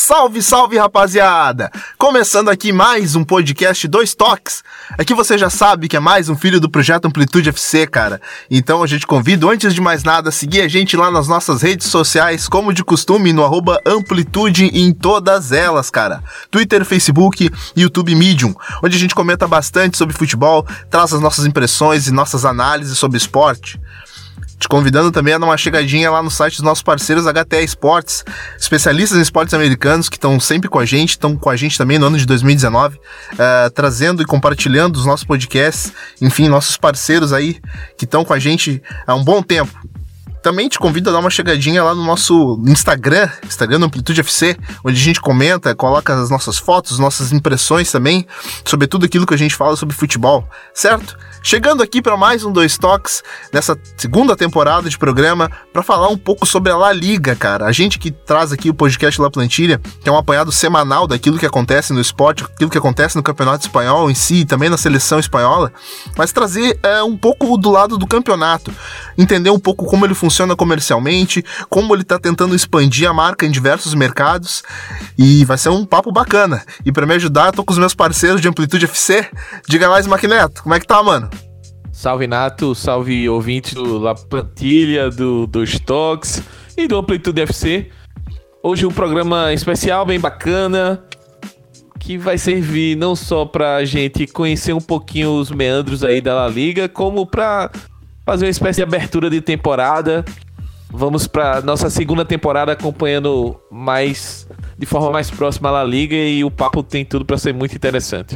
Salve, salve, rapaziada! Começando aqui mais um podcast Dois Toques. Aqui você já sabe que é mais um filho do Projeto Amplitude FC, cara. Então a gente convida, antes de mais nada, a seguir a gente lá nas nossas redes sociais, como de costume, no @Amplitude em todas elas, cara. Twitter, Facebook, YouTube, Medium, onde a gente comenta bastante sobre futebol, traz as nossas impressões e nossas análises sobre esporte. Te convidando também a dar uma chegadinha lá no site dos nossos parceiros HTE Esportes, especialistas em esportes americanos que estão sempre com a gente, estão com a gente também no ano de 2019, trazendo e compartilhando os nossos podcasts, enfim, nossos parceiros aí que estão com a gente há um bom tempo. Também te convido a dar uma chegadinha lá no nosso Instagram do Amplitude FC, onde a gente comenta, coloca as nossas fotos, nossas impressões também, sobre tudo aquilo que a gente fala sobre futebol, certo? Chegando aqui para mais um Dois Toques, nessa segunda temporada de programa, para falar um pouco sobre a La Liga, cara. A gente que traz aqui o podcast La Plantilha, que é um apanhado semanal daquilo que acontece no esporte, aquilo que acontece no Campeonato Espanhol em si, e também na seleção espanhola, mas trazer um pouco do lado do campeonato, entender um pouco como ele funciona comercialmente, como ele tá tentando expandir a marca em diversos mercados, e vai ser um papo bacana. E para me ajudar, eu tô com os meus parceiros de Amplitude FC. Diga mais, Maquineto, como é que tá, mano? Salve Nato, salve ouvinte do La Plantilha, dos Toques e do Amplitude FC. Hoje um programa especial, bem bacana, que vai servir não só pra gente conhecer um pouquinho os meandros aí da La Liga, como pra fazer uma espécie de abertura de temporada. Vamos pra nossa segunda temporada acompanhando de forma mais próxima a La Liga, e o papo tem tudo pra ser muito interessante.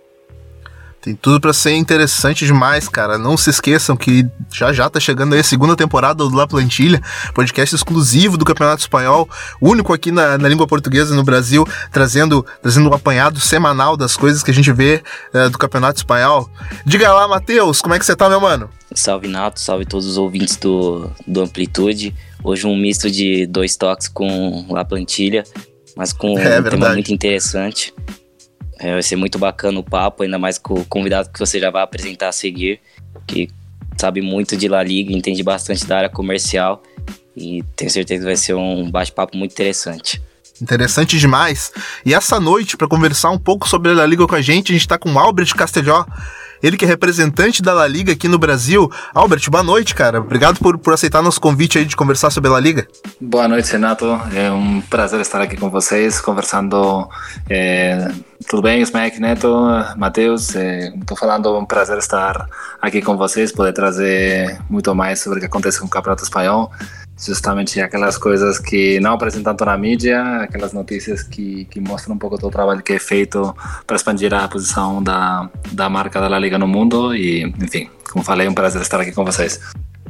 Tem tudo pra ser interessante demais, cara. Não se esqueçam que já tá chegando aí a segunda temporada do La Plantilha, podcast exclusivo do Campeonato Espanhol, único aqui na língua portuguesa no Brasil, trazendo um apanhado semanal das coisas que a gente vê do Campeonato Espanhol. Diga lá, Matheus, como é que você tá, meu mano? Salve, Nato, salve todos os ouvintes do Amplitude. Hoje um misto de Dois Toques com La Plantilha, mas com um tema muito interessante. Vai ser muito bacana o papo, ainda mais com o convidado que você já vai apresentar a seguir, que sabe muito de La Liga, entende bastante da área comercial, e tenho certeza que vai ser um bate-papo muito interessante. Interessante demais. E essa noite, para conversar um pouco sobre a La Liga com a gente tá com o Albert Castelló, ele que é representante da La Liga aqui no Brasil. Albert, boa noite, cara. Obrigado por aceitar nosso convite aí de conversar sobre a La Liga. Boa noite, Renato. É um prazer estar aqui com vocês, conversando. Tudo bem, Smack, Neto, Matheus? Estou falando, é um prazer estar aqui com vocês, poder trazer muito mais sobre o que acontece com o Campeonato Espanhol. Justamente aquelas coisas que não aparecem tanto na mídia, aquelas notícias que mostram um pouco do trabalho que é feito para expandir a posição da marca da La Liga no mundo. E, enfim, como falei, é um prazer estar aqui com vocês.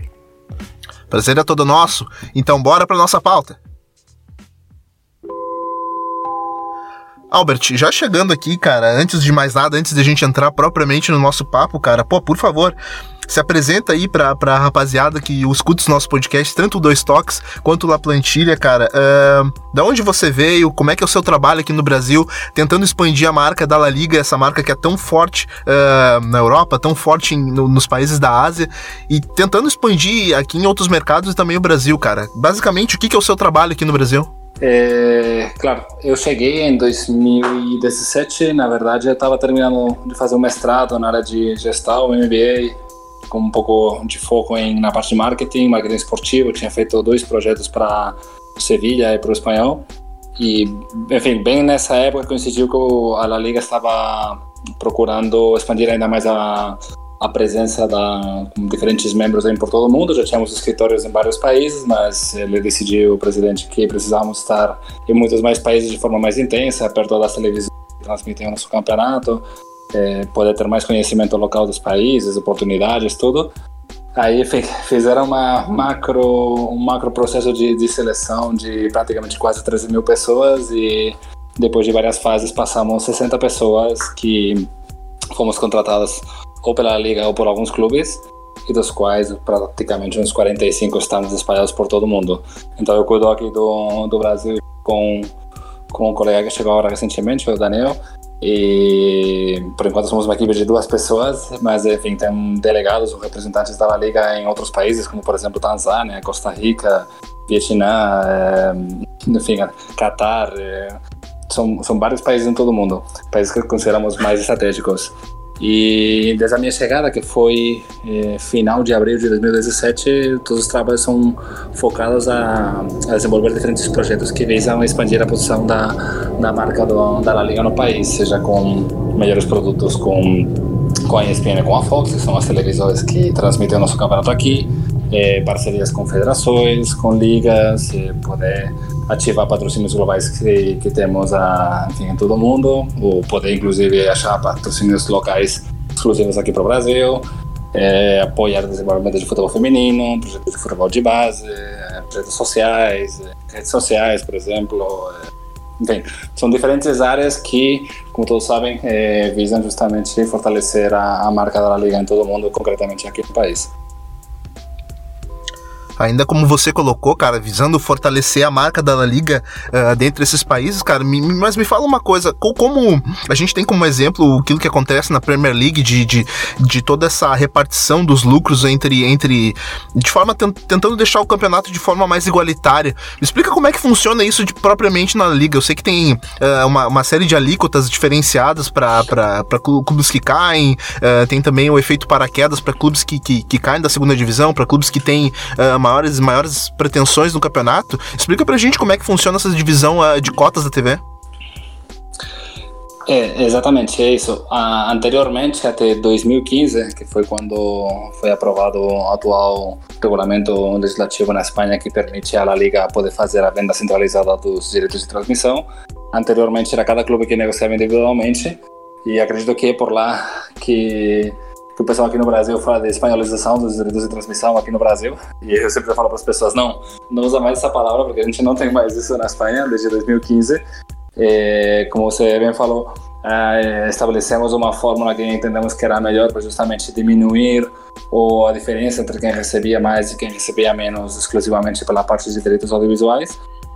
Prazer é todo nosso. Então bora para nossa pauta. Albert, já chegando aqui, cara, antes de mais nada, antes de a gente entrar propriamente no nosso papo, cara, por favor, se apresenta aí pra rapaziada que escuta os nossos podcasts, tanto o Dois Toques quanto o La Plantilha, cara. Da onde você veio, como é que é o seu trabalho aqui no Brasil, tentando expandir a marca da La Liga, essa marca que é tão forte na Europa, tão forte nos países da Ásia, e tentando expandir aqui em outros mercados e também o Brasil, cara. Basicamente, o que é o seu trabalho aqui no Brasil? Claro, eu cheguei em 2017, na verdade eu estava terminando de fazer um mestrado na área de gestão, MBA, com um pouco de foco na parte de marketing esportivo. Eu tinha feito 2 projetos para o Sevilha e para o Espanhol, e enfim, bem nessa época coincidiu que a La Liga estava procurando expandir ainda mais a presença com diferentes membros aí por todo o mundo. Já tínhamos escritórios em vários países, mas ele decidiu, o presidente, que precisávamos estar em muitos mais países de forma mais intensa, perto das televisões que transmitem o nosso campeonato, poder ter mais conhecimento local dos países, oportunidades, tudo. Aí fizeram um macro processo de seleção de praticamente quase 13 mil pessoas, e depois de várias fases passamos 60 pessoas que fomos contratadas ou pela Liga ou por alguns clubes, e dos quais praticamente uns 45 estamos espalhados por todo o mundo. Então eu cuido aqui do Brasil com um colega que chegou agora recentemente, o Daniel, e por enquanto somos uma equipe de 2 pessoas, mas enfim, tem delegados ou representantes da La Liga em outros países, como por exemplo Tanzânia, Costa Rica, Vietnã, enfim, Qatar, são vários países em todo o mundo, países que consideramos mais estratégicos. E desde a minha chegada, que foi final de abril de 2017, todos os trabalhos são focados a desenvolver diferentes projetos que visam expandir a posição da marca da La Liga no país, seja com melhores produtos com a ESPN, com a Fox, que são as televisões que transmitem o nosso campeonato aqui, parcerias com federações, com ligas, poder ativar patrocínios globais que temos enfim, em todo o mundo, ou poder inclusive achar patrocínios locais exclusivos aqui para o Brasil, apoiar o desenvolvimento de futebol feminino, projetos de futebol de base, projetos sociais, redes sociais, por exemplo. Enfim, são diferentes áreas que, como todos sabem, visam justamente fortalecer a marca da La Liga em todo o mundo, concretamente aqui no país. Ainda como você colocou, cara, visando fortalecer a marca da La Liga dentre esses países, cara, mas me fala uma coisa, como a gente tem como exemplo aquilo que acontece na Premier League de toda essa repartição dos lucros de forma tentando deixar o campeonato de forma mais igualitária. Me explica como é que funciona isso propriamente na Liga. Eu sei que tem uma série de alíquotas diferenciadas para clubes que caem, tem também o efeito paraquedas para clubes que caem da segunda divisão, para clubes que têm maiores pretensões no campeonato. Explica pra gente como é que funciona essa divisão de cotas da TV. Exatamente, é isso. Anteriormente, até 2015, que foi quando foi aprovado o atual regulamento legislativo na Espanha que permite à La Liga poder fazer a venda centralizada dos direitos de transmissão. Anteriormente era cada clube que negociava individualmente, e acredito que é por lá que o pessoal aqui no Brasil fala de espanholização dos direitos de transmissão aqui no Brasil, e eu sempre falo para as pessoas, não usa mais essa palavra, porque a gente não tem mais isso na Espanha desde 2015. Como você bem falou, estabelecemos uma fórmula que entendemos que era melhor para justamente diminuir a diferença entre quem recebia mais e quem recebia menos exclusivamente pela parte de direitos audiovisuais.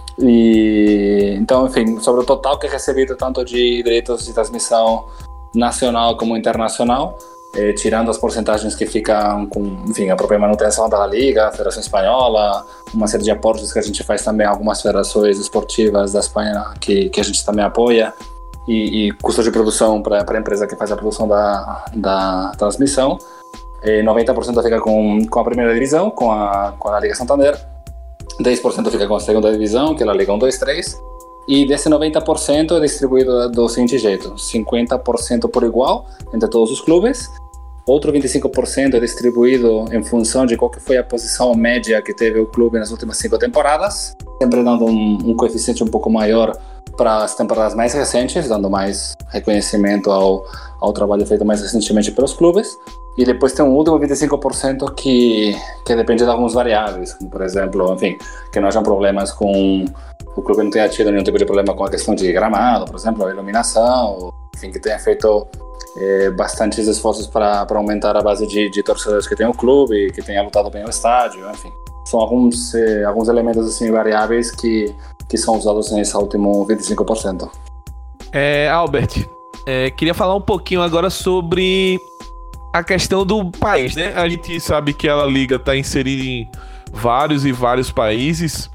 E então, enfim, sobre o total que é recebido tanto de direitos de transmissão nacional como internacional, tirando as porcentagens que ficam com, enfim, a própria manutenção da Liga, a Federação Espanhola, uma série de aportes que a gente faz também a algumas federações esportivas da Espanha que a gente também apoia, e custos de produção para a empresa que faz a produção da transmissão. 90% fica com a primeira divisão, com a Liga Santander, 10% fica com a segunda divisão, que é a Liga 1, 2, 3, e desse 90% é distribuído do seguinte jeito: 50% por igual entre todos os clubes, outro 25% é distribuído em função de qual que foi a posição média que teve o clube nas últimas 5 temporadas, sempre dando um coeficiente um pouco maior para as temporadas mais recentes, dando mais reconhecimento ao trabalho feito mais recentemente pelos clubes. E depois tem um último 25% que depende de algumas variáveis, como por exemplo, enfim, que não hajam problemas com o clube, não tenha tido nenhum tipo de problema com a questão de gramado, por exemplo, a iluminação, enfim, que tenha feito bastantes esforços para aumentar a base de torcedores que tem o clube, que tenha lutado bem o estádio, enfim. São alguns elementos assim, variáveis que são usados nesse último 25%. Albert, queria falar um pouquinho agora sobre a questão do país, né? A gente sabe que a La Liga está inserida em vários e vários países,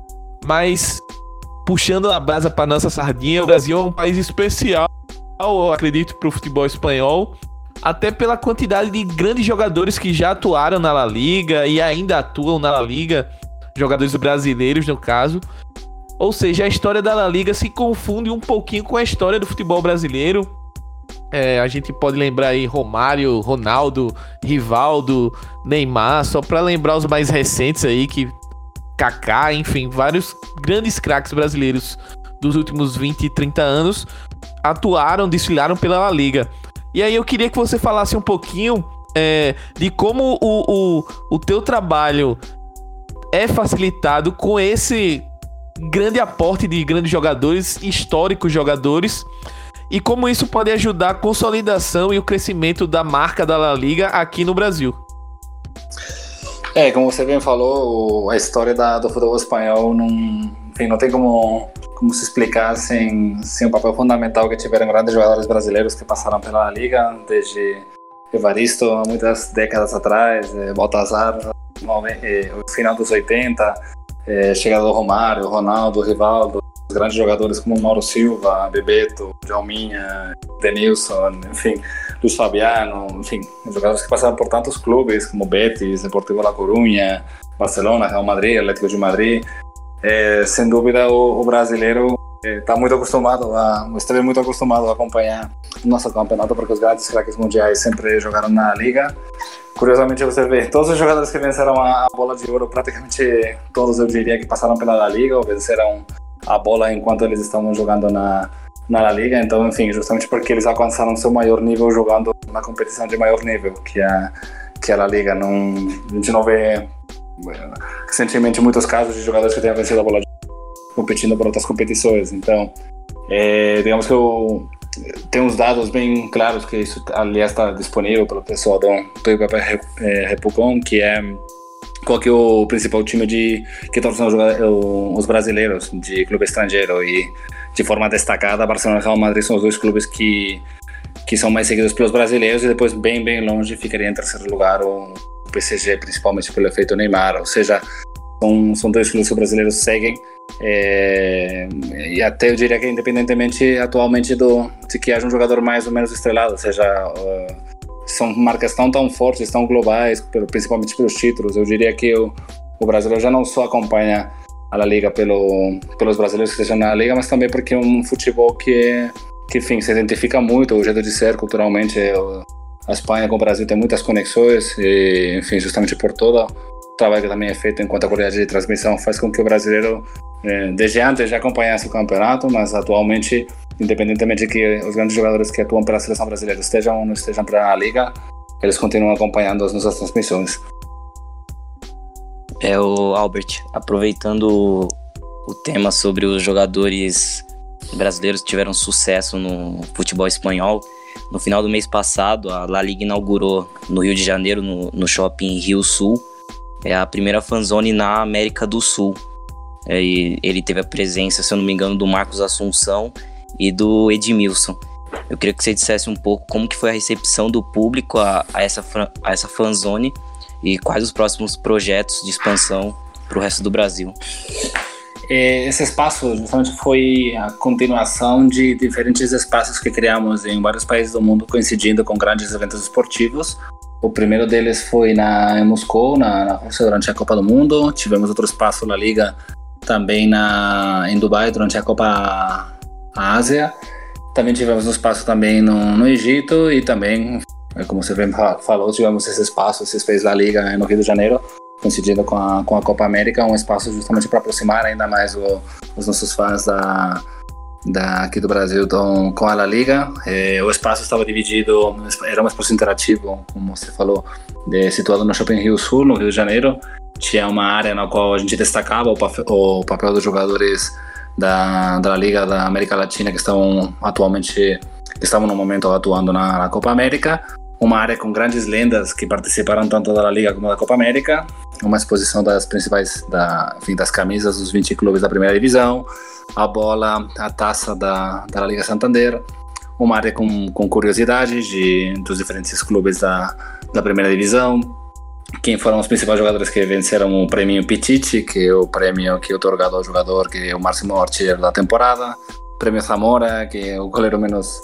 mas puxando a brasa para nossa sardinha, o Brasil é um país especial, eu acredito, para o futebol espanhol, até pela quantidade de grandes jogadores que já atuaram na La Liga e ainda atuam na La Liga, jogadores brasileiros no caso. Ou seja, a história da La Liga se confunde um pouquinho com a história do futebol brasileiro. A gente pode lembrar aí Romário, Ronaldo, Rivaldo, Neymar, só para lembrar os mais recentes aí, que Kaká, enfim, vários grandes craques brasileiros dos últimos 20 e 30 anos atuaram, desfilaram pela La Liga. E aí eu queria que você falasse um pouquinho de como o teu trabalho é facilitado com esse grande aporte de grandes jogadores, históricos jogadores, e como isso pode ajudar a consolidação e o crescimento da marca da La Liga aqui no Brasil. Como você bem falou, a história do futebol espanhol não tem como se explicar sem o papel fundamental que tiveram grandes jogadores brasileiros que passaram pela La Liga, desde Evaristo, há muitas décadas atrás, Baltazar, no final dos 80, chegada do Romário, Ronaldo, Rivaldo, grandes jogadores como Mauro Silva, Bebeto, Djalminha, Denilson, enfim, Luiz Fabiano, enfim, jogadores que passaram por tantos clubes como Betis, Deportivo La Coruña, Barcelona, Real Madrid, Atlético de Madrid. Sem dúvida o brasileiro está muito acostumado esteve muito acostumado a acompanhar o nosso campeonato, porque os grandes craques mundiais sempre jogaram na Liga. Curiosamente, você vê todos os jogadores que venceram a bola de ouro, praticamente todos, eu diria, que passaram pela La Liga ou venceram a bola enquanto eles estavam jogando na La Liga. Então, enfim, justamente porque eles alcançaram seu maior nível jogando na competição de maior nível, que é a La Liga. A gente não vê recentemente muitos casos de jogadores que tenham vencido a bola de ouro competindo por outras competições. Então, digamos que tem uns dados bem claros, que isso, aliás, está disponível para o pessoal do IPP Repucon, que é qual que é o principal time que torcem os brasileiros de clube estrangeiro, e de forma destacada, Barcelona e Real Madrid são os dois clubes que são mais seguidos pelos brasileiros, e depois bem longe ficaria em terceiro lugar o PSG, principalmente pelo efeito Neymar. Ou seja, são dois clubes que os brasileiros seguem, e até eu diria que independentemente atualmente de que haja um jogador mais ou menos estrelado, ou seja, são marcas tão fortes, tão globais, principalmente pelos títulos. Eu diria que o brasileiro já não só acompanha a La Liga pelos brasileiros que estejam na Liga, mas também porque é um futebol que enfim, se identifica muito, o jeito de ser culturalmente. A Espanha com o Brasil tem muitas conexões, e, enfim, justamente por todo o trabalho que também é feito enquanto a qualidade de transmissão faz com que o brasileiro, desde antes, já acompanhasse o campeonato, mas atualmente, independentemente de que os grandes jogadores que atuam pela seleção brasileira estejam ou não estejam para a Liga, eles continuam acompanhando as nossas transmissões. O Albert, aproveitando o tema sobre os jogadores brasileiros que tiveram sucesso no futebol espanhol, no final do mês passado, a La Liga inaugurou no Rio de Janeiro, no shopping Rio Sul, a primeira fanzone na América do Sul. E ele teve a presença, se eu não me engano, do Marcos Assunção e do Edmilson. Eu queria que você dissesse um pouco como que foi a recepção do público a essa fanzone e quais os próximos projetos de expansão para o resto do Brasil. Esse espaço justamente foi a continuação de diferentes espaços que criamos em vários países do mundo, coincidindo com grandes eventos esportivos. O primeiro deles foi em Moscou, na Rússia, durante a Copa do Mundo. Tivemos outro espaço na Liga também em Dubai, durante a Copa Ásia. Também tivemos um espaço também no Egito, e também, como você bem falou, tivemos esse espaço da Liga no Rio de Janeiro, coincidindo com a Copa América, um espaço justamente para aproximar ainda mais os nossos fãs aqui do Brasil com a La Liga. O espaço estava dividido, era um espaço interativo, como você falou, situado no Shopping Rio Sul, no Rio de Janeiro. Tinha uma área na qual a gente destacava o papel dos jogadores da La Liga da América Latina que estavam no momento atuando na Copa América. Uma área com grandes lendas que participaram tanto da La Liga como da Copa América, uma exposição das principais, das camisas dos 20 clubes da primeira divisão, a bola, a taça da La Liga Santander, uma área com curiosidades dos diferentes clubes da primeira divisão, quem foram os principais jogadores que venceram o prêmio Pichichi, que é o prêmio que é otorgado ao jogador que é o máximo artilheiro da temporada, prêmio Zamora, que é o goleiro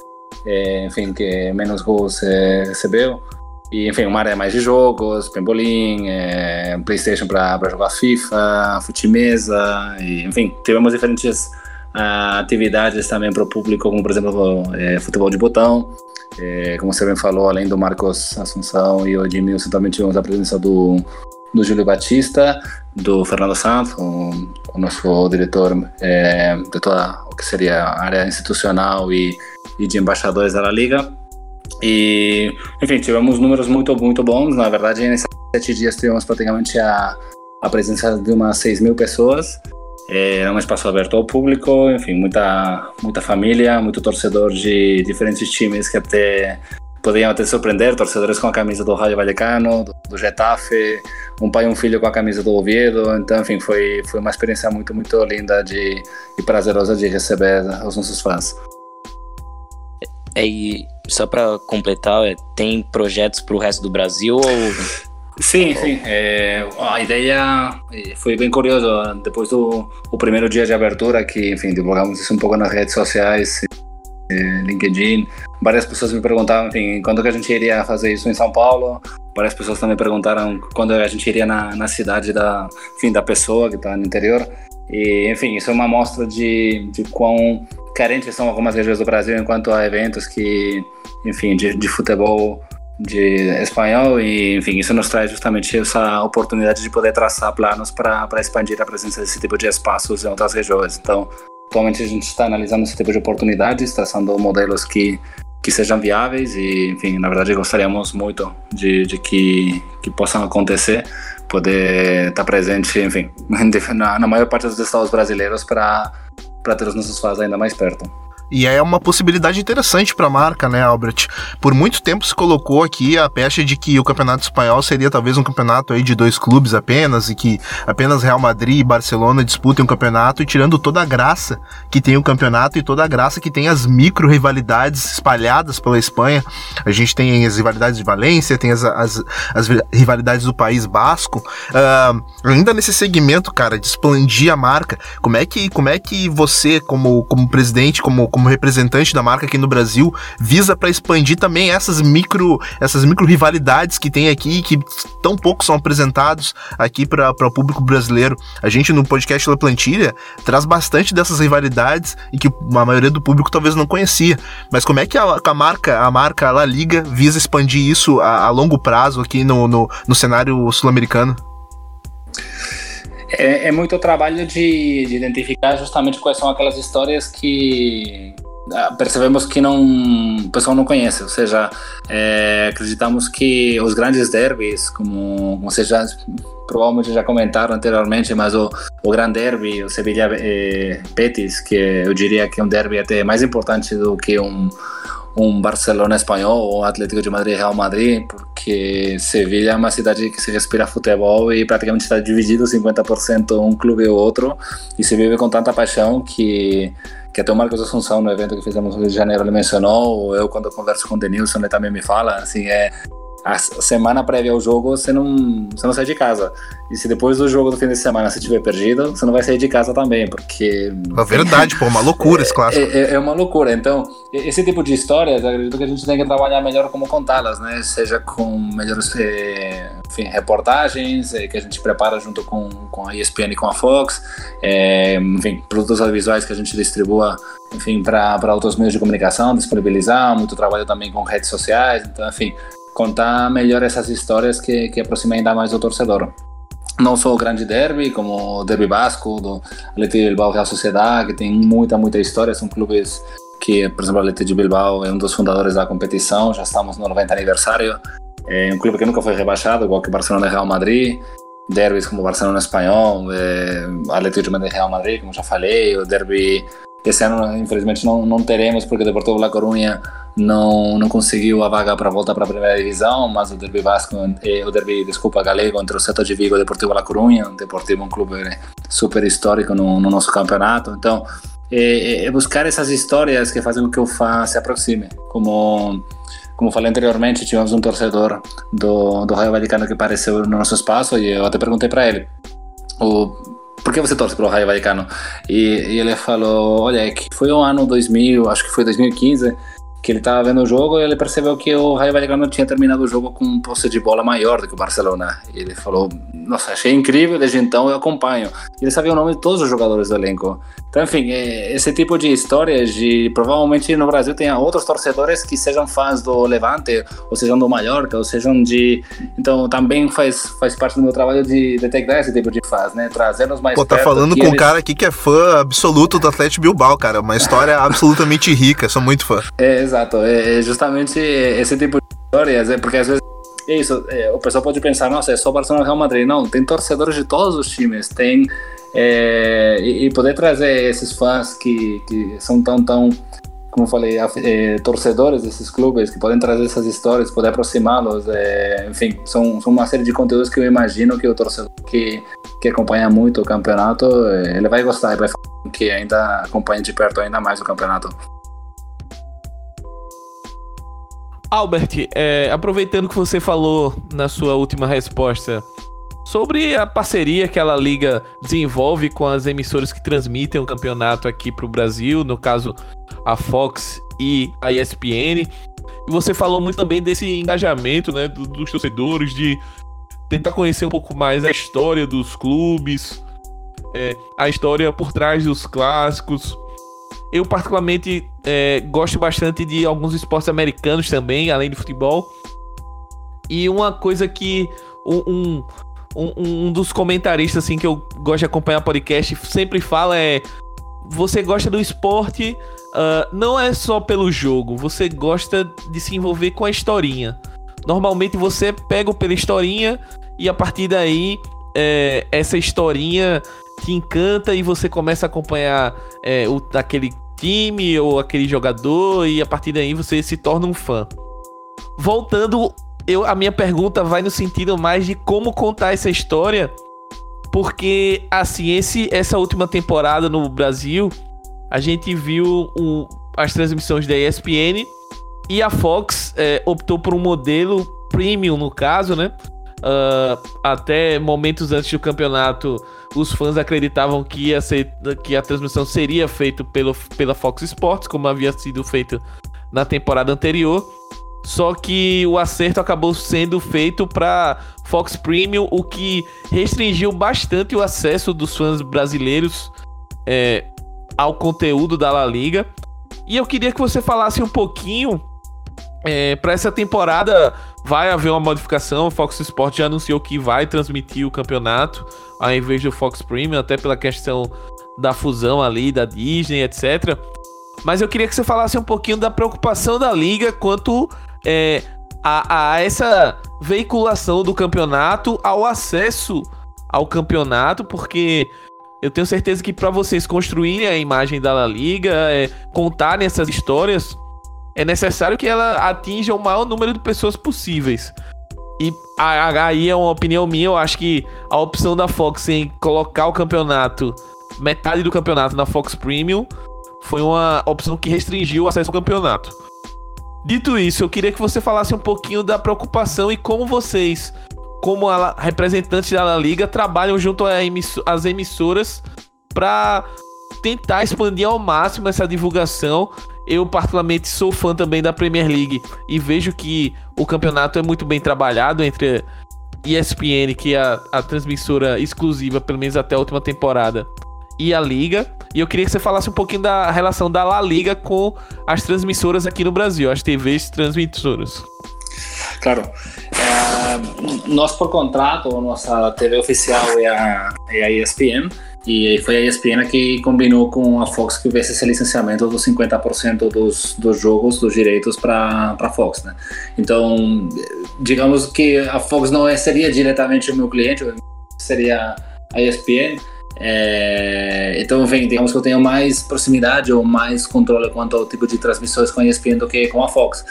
que menos gols recebeu, e enfim, uma área mais de jogos, pembolim, PlayStation para jogar FIFA, fute-mesa, e enfim, tivemos diferentes atividades também para o público, como por exemplo futebol de botão. Como você bem falou, além do Marcos Assunção e o Edmilson, também tivemos a presença do Júlio Batista, do Fernando Santos, o nosso diretor de toda o que seria a área institucional e de embaixadores da La Liga. E, enfim, tivemos números muito bons. Na verdade, nesses 7 dias tivemos praticamente a presença de umas 6.000 pessoas. Era um espaço aberto ao público, enfim, muita família, muito torcedor de diferentes times que podiam até surpreender, torcedores com a camisa do Rayo Vallecano, do Getafe, um pai e um filho com a camisa do Oviedo. Então, enfim, foi uma experiência muito linda e prazerosa de receber os nossos fãs. E só para completar, tem projetos para o resto do Brasil ou Sim. A ideia foi bem curiosa. Depois do primeiro dia de abertura, que, enfim, divulgamos isso um pouco nas redes sociais, LinkedIn, várias pessoas me perguntavam, enfim, quando que a gente iria fazer isso em São Paulo. Várias pessoas também perguntaram quando a gente iria na cidade da pessoa que está no interior. E, enfim, isso é uma amostra de quão carentes são algumas regiões do Brasil enquanto a eventos que, enfim, de futebol de espanhol. E, enfim, isso nos traz justamente essa oportunidade de poder traçar planos para expandir a presença desse tipo de espaços em outras regiões. Então, atualmente a gente está analisando esse tipo de oportunidades, traçando modelos que sejam viáveis e, enfim, na verdade gostaríamos muito de que possam acontecer, poder estar presente, enfim, na maior parte dos estados brasileiros para ter os nossos fãs ainda mais perto. E é uma possibilidade interessante para a marca, né, Albert? Por muito tempo se colocou aqui a pecha de que o Campeonato Espanhol seria talvez um campeonato aí de 2 clubes apenas, e que apenas Real Madrid e Barcelona disputem um campeonato, e tirando toda a graça que tem o campeonato e toda a graça que tem as micro-rivalidades espalhadas pela Espanha. A gente tem as rivalidades de Valência, tem as rivalidades do País Basco. Ainda nesse segmento, cara, de expandir a marca, como é que você, como presidente, como representante da marca aqui no Brasil, visa para expandir também essas micro rivalidades que tem aqui, que tão pouco são apresentados aqui para o público brasileiro? A gente no podcast La Plantilha traz bastante dessas rivalidades e que a maioria do público talvez não conhecia. Mas como é que a marca La Liga visa expandir isso a longo prazo aqui no cenário sul-americano? É muito trabalho de identificar justamente quais são aquelas histórias que percebemos que o pessoal não conhece, ou seja, acreditamos que os grandes derbys, como vocês provavelmente já comentaram anteriormente, mas o Gran Derby, o Sevilla Betis, que eu diria que é um derby até mais importante do que um Barcelona espanhol ou Atlético de Madrid, Real Madrid, porque Sevilha é uma cidade que se respira futebol e praticamente está dividido 50% um clube ou outro, e se vive com tanta paixão que até o Marcos Assunção, no evento que fizemos no Rio de Janeiro, ele mencionou, ou eu quando eu converso com o Denilson, ele também me fala, assim, a semana prévia ao jogo você não sai de casa, e se depois do jogo do fim de semana você tiver perdido, você não vai sair de casa também, porque... É verdade, uma loucura esse clássico. É uma loucura. Então, esse tipo de histórias, eu acredito que a gente tem que trabalhar melhor como contá-las, né? Seja com melhores reportagens que a gente prepara junto com a ESPN e com a Fox, enfim, produtos audiovisuais que a gente distribua, enfim, para outros meios de comunicação, disponibilizar, muito trabalho também com redes sociais, então, enfim, contar melhor essas histórias que aproximam ainda mais do torcedor. Não só o grande derby, como o derby basco, do Athletic de Bilbao, Real Sociedad, que tem muita história, são clubes que, por exemplo, o Athletic de Bilbao é um dos fundadores da competição, já estamos no 90 aniversário, é um clube que nunca foi rebaixado, igual que Barcelona e Real Madrid, derbys como Barcelona Espanhol, Athletic de Madrid e Real Madrid, como já falei, o derby... Esse ano, infelizmente, não teremos, porque o Deportivo La Coruña não conseguiu a vaga para voltar para a primeira divisão, mas o derby galego entre o Celta de Vigo e o Deportivo La Coruña, o Deportivo é um clube super histórico no nosso campeonato. Então, buscar essas histórias que fazem com que o fã se aproxime. Como falei anteriormente, tivemos um torcedor do Rayo Vallecano que apareceu no nosso espaço e eu até perguntei para ele por que você torce pelo Rayo Vallecano? E ele falou, olha, que foi o ano 2000, acho que foi 2015, que ele estava vendo o jogo e ele percebeu que o Rayo Vallecano tinha terminado o jogo com um posse de bola maior do que o Barcelona. E ele falou, nossa, achei incrível, desde então eu acompanho. E ele sabia o nome de todos os jogadores do elenco. Então, enfim, esse tipo de histórias, provavelmente no Brasil tenha outros torcedores que sejam fãs do Levante, ou sejam do Mallorca, ou sejam de... Então, também faz parte do meu trabalho de detectar esse tipo de fãs, né? Trazê-los mais perto. Tá falando com um cara aqui que é fã absoluto do Athletic Bilbao, cara. Uma história absolutamente rica, sou muito fã. Exato. É justamente esse tipo de histórias, porque às vezes o pessoal pode pensar, nossa, é só Barcelona e Real Madrid. Não, tem torcedores de todos os times, tem... e poder trazer esses fãs que são tão, como eu falei, torcedores desses clubes, que podem trazer essas histórias, poder aproximá-los, enfim, são uma série de conteúdos que eu imagino que o torcedor que acompanha muito o campeonato, ele vai gostar e vai falar que ainda acompanha de perto ainda mais o campeonato. Albert, aproveitando que você falou na sua última resposta sobre a parceria que a La Liga desenvolve com as emissoras que transmitem o campeonato aqui para o Brasil, no caso a Fox e a ESPN, e você falou muito também desse engajamento, né, dos torcedores, de tentar conhecer um pouco mais a história dos clubes, a história por trás dos clássicos. Eu particularmente gosto bastante de alguns esportes americanos também, além de futebol. E uma coisa que um dos comentaristas assim, que eu gosto de acompanhar podcast sempre fala você gosta do esporte, não é só pelo jogo, você gosta de se envolver com a historinha. Normalmente você pega pela historinha e a partir daí essa historinha te encanta e você começa a acompanhar aquele time ou aquele jogador e a partir daí você se torna um fã. Voltando, a minha pergunta vai no sentido mais de como contar essa história, porque assim, essa última temporada no Brasil a gente viu as transmissões da ESPN e a Fox optou por um modelo premium, no caso, né? Até momentos antes do campeonato, os fãs acreditavam que a transmissão seria feita pela Fox Sports, como havia sido feito na temporada anterior. Só que o acerto acabou sendo feito para Fox Premium, o que restringiu bastante o acesso dos fãs brasileiros ao conteúdo da La Liga. E eu queria que você falasse um pouquinho. Para essa temporada vai haver uma modificação. O Fox Sports já anunciou que vai transmitir o campeonato ao invés do Fox Premium, até pela questão da fusão ali da Disney, etc. Mas eu queria que você falasse um pouquinho da preocupação da Liga quanto a essa veiculação do campeonato, ao acesso ao campeonato, porque eu tenho certeza que para vocês construírem a imagem da La Liga, contarem essas histórias, é necessário que ela atinja o maior número de pessoas possíveis. E aí é uma opinião minha, eu acho que a opção da Fox em colocar o campeonato, metade do campeonato na Fox Premium, foi uma opção que restringiu o acesso ao campeonato. Dito isso, eu queria que você falasse um pouquinho da preocupação e como vocês, como representantes da La Liga, trabalham junto às emissoras para tentar expandir ao máximo essa divulgação. Eu particularmente sou fã também da Premier League e vejo que o campeonato é muito bem trabalhado entre ESPN, que é a transmissora exclusiva, pelo menos até a última temporada, e a Liga. E eu queria que você falasse um pouquinho da relação da La Liga com as transmissoras aqui no Brasil, as TVs transmissoras. Claro. Nós, por contrato, nossa TV oficial é a ESPN, e foi a ESPN que combinou com a Fox que houvesse esse licenciamento dos 50% dos jogos, dos direitos para a Fox, né? Então, digamos que a Fox não seria diretamente o meu cliente, seria a ESPN. Então, digamos que eu tenho mais proximidade ou mais controle quanto ao tipo de transmissões com a ESPN do que com a Fox.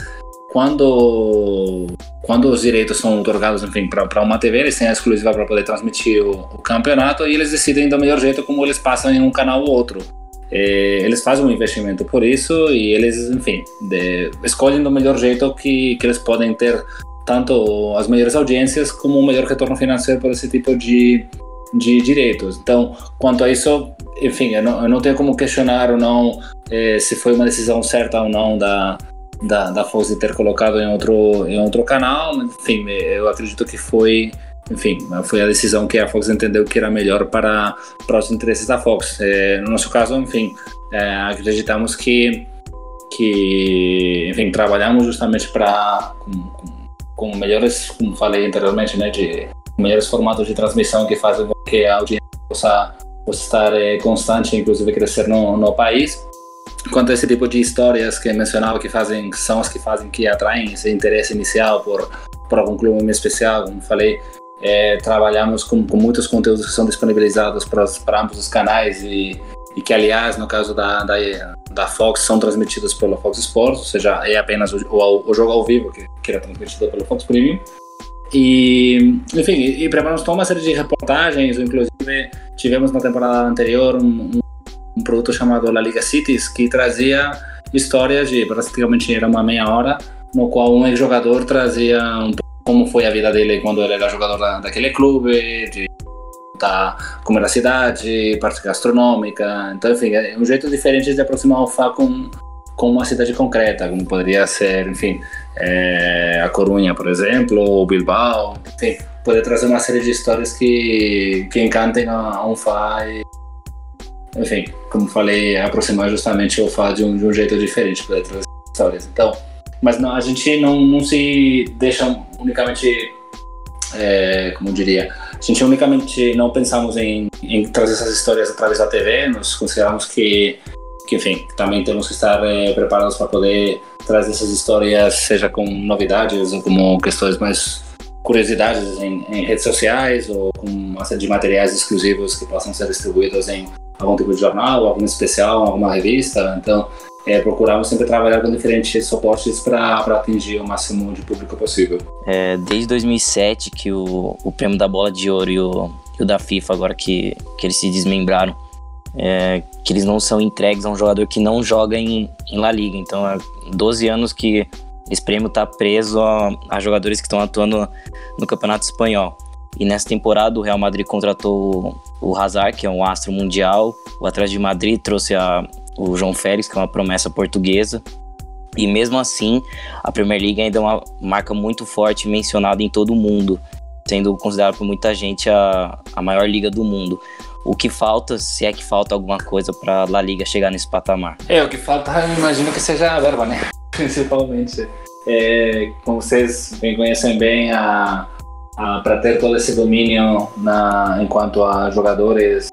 Quando os direitos são otorgados, enfim, para uma TV, eles têm a exclusiva para poder transmitir o campeonato e eles decidem do melhor jeito como eles passam em um canal ou outro. Eles fazem um investimento por isso e eles, enfim, escolhem do melhor jeito que eles podem ter tanto as maiores audiências como o melhor retorno financeiro por esse tipo de direitos. Então, quanto a isso, enfim, eu não tenho como questionar ou não se foi uma decisão certa ou não da Fox de ter colocado em outro canal. Enfim, eu acredito que foi a decisão que a Fox entendeu que era melhor para os interesses da Fox. No nosso caso, enfim, acreditamos que enfim, trabalhamos justamente com melhores, como falei anteriormente, né, melhores formatos de transmissão que fazem com que a audiência possa estar constante, inclusive crescer no país. Quanto a esse tipo de histórias que eu mencionava, são as que fazem que atraem esse interesse inicial por algum clube em especial, como falei, trabalhamos com muitos conteúdos que são disponibilizados para ambos os canais e que, aliás, no caso da Fox, são transmitidos pela Fox Sports, ou seja, é apenas o jogo ao vivo que era transmitido pelo Fox Premium. E, enfim, preparamos toda uma série de reportagens, inclusive tivemos na temporada anterior um produto chamado La Liga Cities, que trazia histórias de praticamente era uma meia hora no qual um ex-jogador trazia um pouco como foi a vida dele quando ele era jogador daquele clube, de como era a cidade, parte gastronômica. Então, enfim, é um jeito diferente de aproximar o FA com uma cidade concreta, como poderia ser, enfim, a Corunha, por exemplo, ou Bilbao. Enfim, poder trazer uma série de histórias que encantem a um FA e, enfim, como falei, aproximar justamente o FA de um jeito diferente, poder trazer histórias. Então, mas não, a gente não se deixa unicamente, como eu diria, a gente unicamente não pensamos em trazer essas histórias através da TV, nós consideramos que enfim, também temos que estar preparados para poder trazer essas histórias, seja com novidades ou como questões mais curiosidades em redes sociais ou com uma série de materiais exclusivos que possam ser distribuídos em algum tipo de jornal, algum especial, alguma revista. Então, procuramos sempre trabalhar com diferentes suportes para atingir o máximo de público possível. Desde 2007 que o prêmio da Bola de Ouro e o da FIFA, agora que eles se desmembraram, que eles não são entregues a um jogador que não joga em La Liga. Então, há 12 anos que esse prêmio está preso a jogadores que estão atuando no Campeonato Espanhol. E nessa temporada o Real Madrid contratou o Hazard, que é um astro mundial. O Atlético de Madrid trouxe o João Félix, que é uma promessa portuguesa. E mesmo assim, a Premier League ainda é uma marca muito forte, mencionada em todo o mundo, sendo considerada por muita gente a maior liga do mundo. O que falta, se é que falta alguma coisa para a La Liga chegar nesse patamar? O que falta, eu imagino que seja a verba, né? Principalmente. Como vocês conhecem bem, para ter todo esse domínio enquanto a jogadores,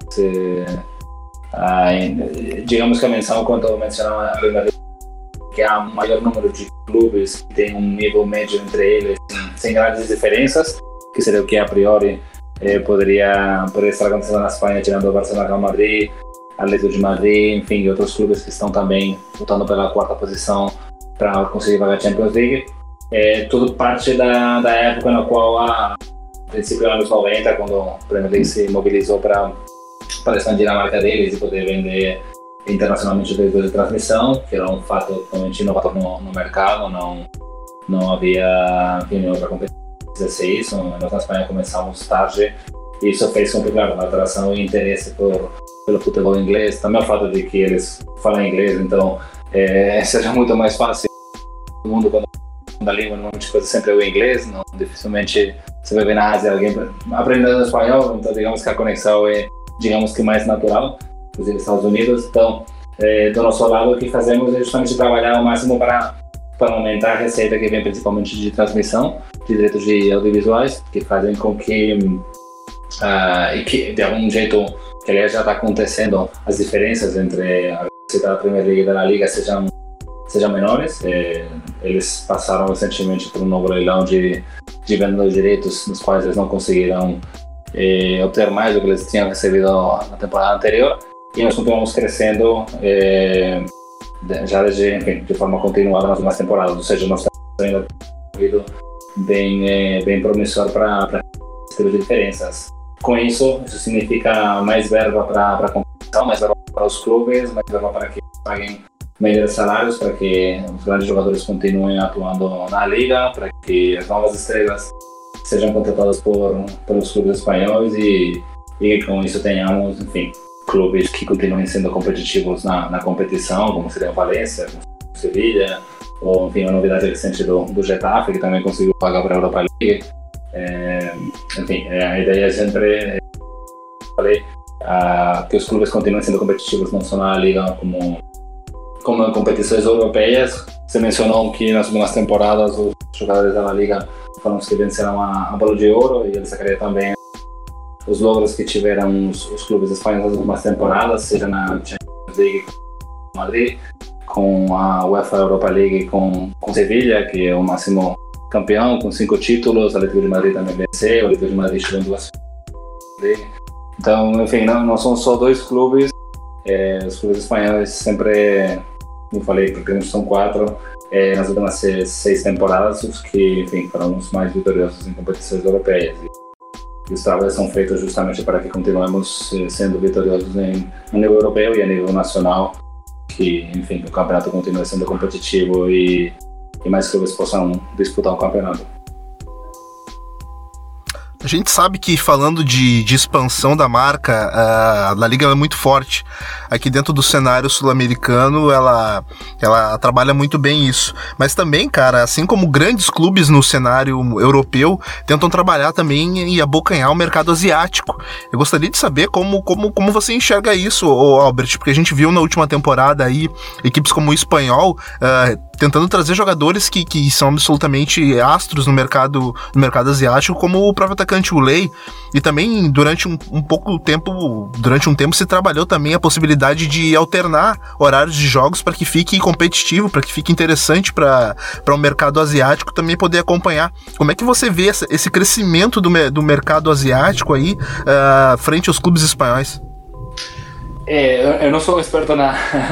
digamos que a menção, quanto eu mencionava, que há um maior número de clubes que tem um nível médio entre eles, sem grandes diferenças, que seria o que a priori poderia estar acontecendo na Espanha, tirando o Barcelona, Real Madrid, Atlético de Madrid, enfim, e outros clubes que estão também lutando pela quarta posição para conseguir vagar a Champions League. Tudo parte da época na qual, a princípio dos anos 90, quando a Premier League se mobilizou para expandir a marca deles e poder vender internacionalmente os direitos de transmissão, que era um fato totalmente inovador no mercado. Não havia, enfim, outra competição que fizesse isso. Nós na Espanha começamos tarde e isso fez com que, claro, a atração e interesse pelo futebol inglês, também o fato de que eles falam inglês, então seja muito mais fácil. No mundo, quando a língua normalmente coisa sempre é o inglês, dificilmente você vai ver na Ásia alguém aprendendo espanhol, então digamos que a conexão é, digamos que mais natural, inclusive Estados Unidos. Então, do nosso lado, o que fazemos é justamente trabalhar ao máximo para aumentar a receita que vem principalmente de transmissão, de direitos de audiovisuais, que fazem com que, e que de algum jeito, que aliás já está acontecendo, as diferenças entre a receita da Premier League e da La Liga sejam menores. Eles passaram recentemente por um novo leilão de venda dos direitos, nos quais eles não conseguiram obter mais do que eles tinham recebido na temporada anterior, e nós continuamos crescendo já de forma continuada nas últimas temporadas, ou seja, nós estamos ainda corrido bem promissor para ter diferenças. Com isso significa mais verba para a competição, mais verba para os clubes, mais verba para que paguem melhores salários, para que os grandes jogadores continuem atuando na liga, para que as novas estrelas sejam contratadas pelos clubes espanhóis e com isso tenhamos, enfim, clubes que continuem sendo competitivos na competição, como seria o Valência, o Sevilla, ou enfim, a novidade recente do Getafe, que também conseguiu pagar para a Europa League. Enfim, a ideia é sempre, que os clubes continuem sendo competitivos não só na liga como em competições europeias. Você mencionou que nas últimas temporadas os jogadores da La Liga foram os que venceram a Bola de Ouro, e eles sacaram também os logros que tiveram os clubes espanhóis nas últimas temporadas, seja na Champions League com Madrid, com a UEFA Europa League com Sevilla, que é o máximo campeão, com 5 títulos. O Atlético de Madrid também venceu, o Atlético de Madrid chegou em 2 finais. Então, enfim, não são só 2 clubes. Os clubes espanhóis sempre, como falei, porque são 4, nas últimas 6 temporadas, os que, enfim, foram os mais vitoriosos em competições europeias. E os trabalhos são feitos justamente para que continuemos sendo vitoriosos no nível europeu e a nível nacional, que, enfim, o campeonato continue sendo competitivo e mais clubes possam disputar o campeonato. A gente sabe que, falando de expansão da marca, a La Liga é muito forte. Aqui dentro do cenário sul-americano, ela trabalha muito bem isso. Mas também, cara, assim como grandes clubes no cenário europeu, tentam trabalhar também e abocanhar o mercado asiático. Eu gostaria de saber como você enxerga isso, Albert, porque a gente viu na última temporada aí equipes como o Espanhol tentando trazer jogadores que são absolutamente astros no mercado asiático, como o próprio atacante Ulei. E também durante um tempo se trabalhou também a possibilidade de alternar horários de jogos para que fique competitivo, para que fique interessante para o mercado asiático também poder acompanhar. Como é que você vê esse crescimento do mercado asiático aí frente aos clubes espanhóis? Eu não sou experto na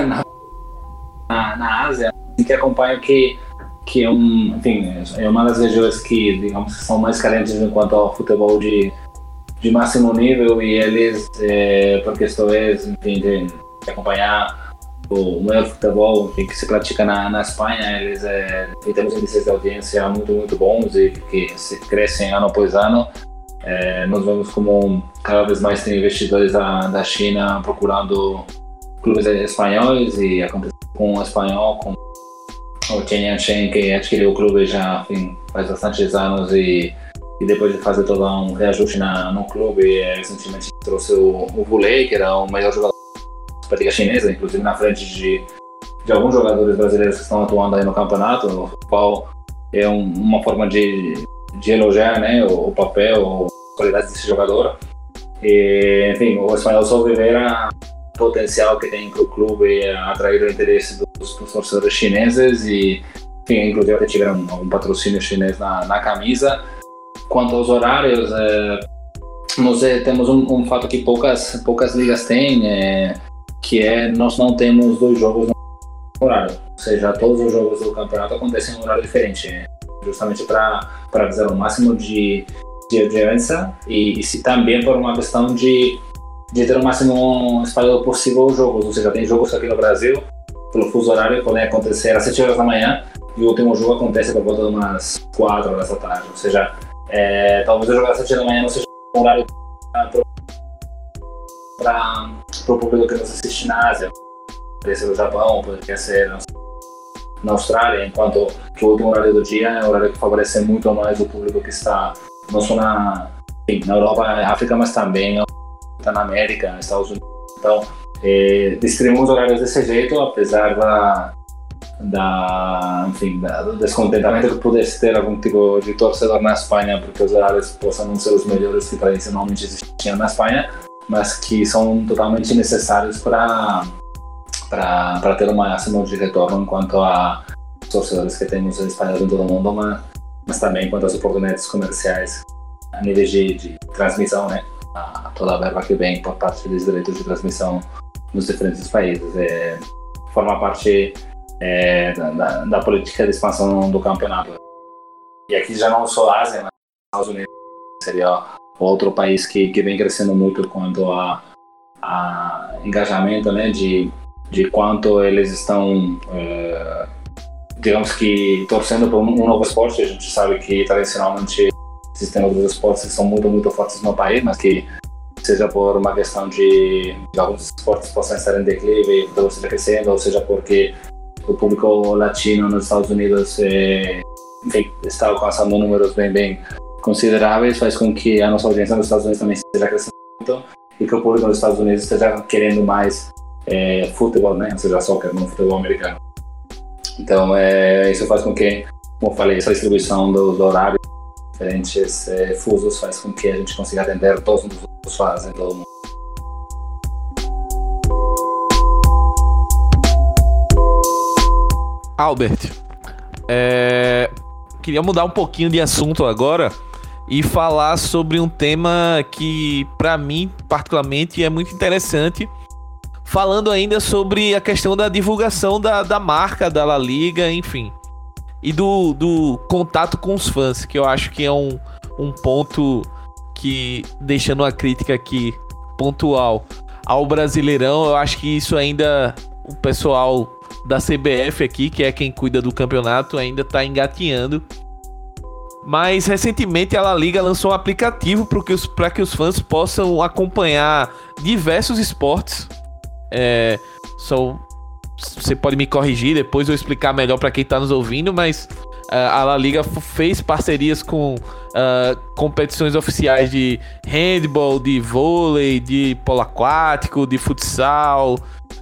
Ásia, que acompanho que é uma das regiões que, digamos, são mais carentes enquanto ao futebol de máximo nível, e eles, por questões, de acompanhar o melhor futebol que se pratica na Espanha, eles têm índices de audiência muito, muito bons e que se crescem ano após ano. Nós vemos como cada vez mais tem investidores da China procurando clubes espanhóis, e acontece com o espanhol, com o Tianjin, que adquiriu o clube já faz bastantes anos, e depois de fazer todo um reajuste no clube, recentemente trouxe o Wu Lei, que era o melhor jogador da Liga Chinesa, inclusive na frente de alguns jogadores brasileiros que estão atuando aí no campeonato, o qual é uma forma de elogiar, né, o papel, a qualidade desse jogador. E, o Espanhol soube ver o potencial que tem para o clube atrair o interesse dos torcedores chineses, e inclusive até tiveram algum patrocínio chinês na camisa. Quanto aos horários, nós temos um fato que poucas ligas têm, que nós não temos 2 jogos no horário, ou seja, todos os jogos do campeonato acontecem em um horário diferente, justamente para fazer o máximo de audiência, e também por uma questão de ter o máximo espalhado possível os jogos. Ou seja, tem jogos aqui no Brasil, pelo fuso horário, podem acontecer às 7 horas da manhã, e o último jogo acontece por volta de umas 4 horas da tarde. Ou seja, talvez o jogo às 7 da manhã não seja um horário para o público que nos assiste na Ásia. Poderia ser no Japão, poderia ser na Austrália, enquanto que o último horário do dia é um horário que favorece muito mais o público que está não só na Europa, África, mas também na América, nos Estados Unidos. Então, distribuímos horários desse jeito, apesar do descontentamento que pudesse ter algum tipo de torcedor na Espanha, porque os horários possam não ser os melhores que tradicionalmente existiam na Espanha, mas que são totalmente necessários para ter o máximo de retorno enquanto a torcedores que temos espalhados em todo o mundo, mas também quanto às oportunidades comerciais a nível de transmissão, né? Toda a verba que vem por parte dos direitos de transmissão nos diferentes países. Forma parte da política de expansão do campeonato. E aqui já não só a Ásia, mas os Estados Unidos seria outro país que vem crescendo muito quanto a engajamento, né? De quanto eles estão, digamos que, torcendo por um novo esporte. A gente sabe que tradicionalmente existem outros esportes que são muito, muito fortes no país, mas que, seja por uma questão de alguns esportes possam estar em declive, ou seja, crescendo, ou seja porque o público latino nos Estados Unidos está alcançando números bem consideráveis, faz com que a nossa audiência nos Estados Unidos também esteja crescendo muito, e que o público nos Estados Unidos esteja querendo mais futebol, né? Ou seja, soccer, não futebol americano. Então, isso faz com que, como eu falei, essa distribuição dos horários diferentes fusos faz com que a gente consiga atender todos os fãs em todo o mundo. Albert, queria mudar um pouquinho de assunto agora e falar sobre um tema que, para mim, particularmente, é muito interessante, falando ainda sobre a questão da divulgação da marca, da La Liga, enfim, e do contato com os fãs, que eu acho que é um ponto que, deixando uma crítica aqui pontual ao Brasileirão, eu acho que isso ainda o pessoal da CBF aqui, que é quem cuida do campeonato, ainda está engatinhando. Mas recentemente a La Liga lançou um aplicativo para que os fãs possam acompanhar diversos esportes. Você pode me corrigir depois ou explicar melhor para quem está nos ouvindo, mas a La Liga fez parcerias com competições oficiais de handball, de vôlei, de polo aquático, de futsal,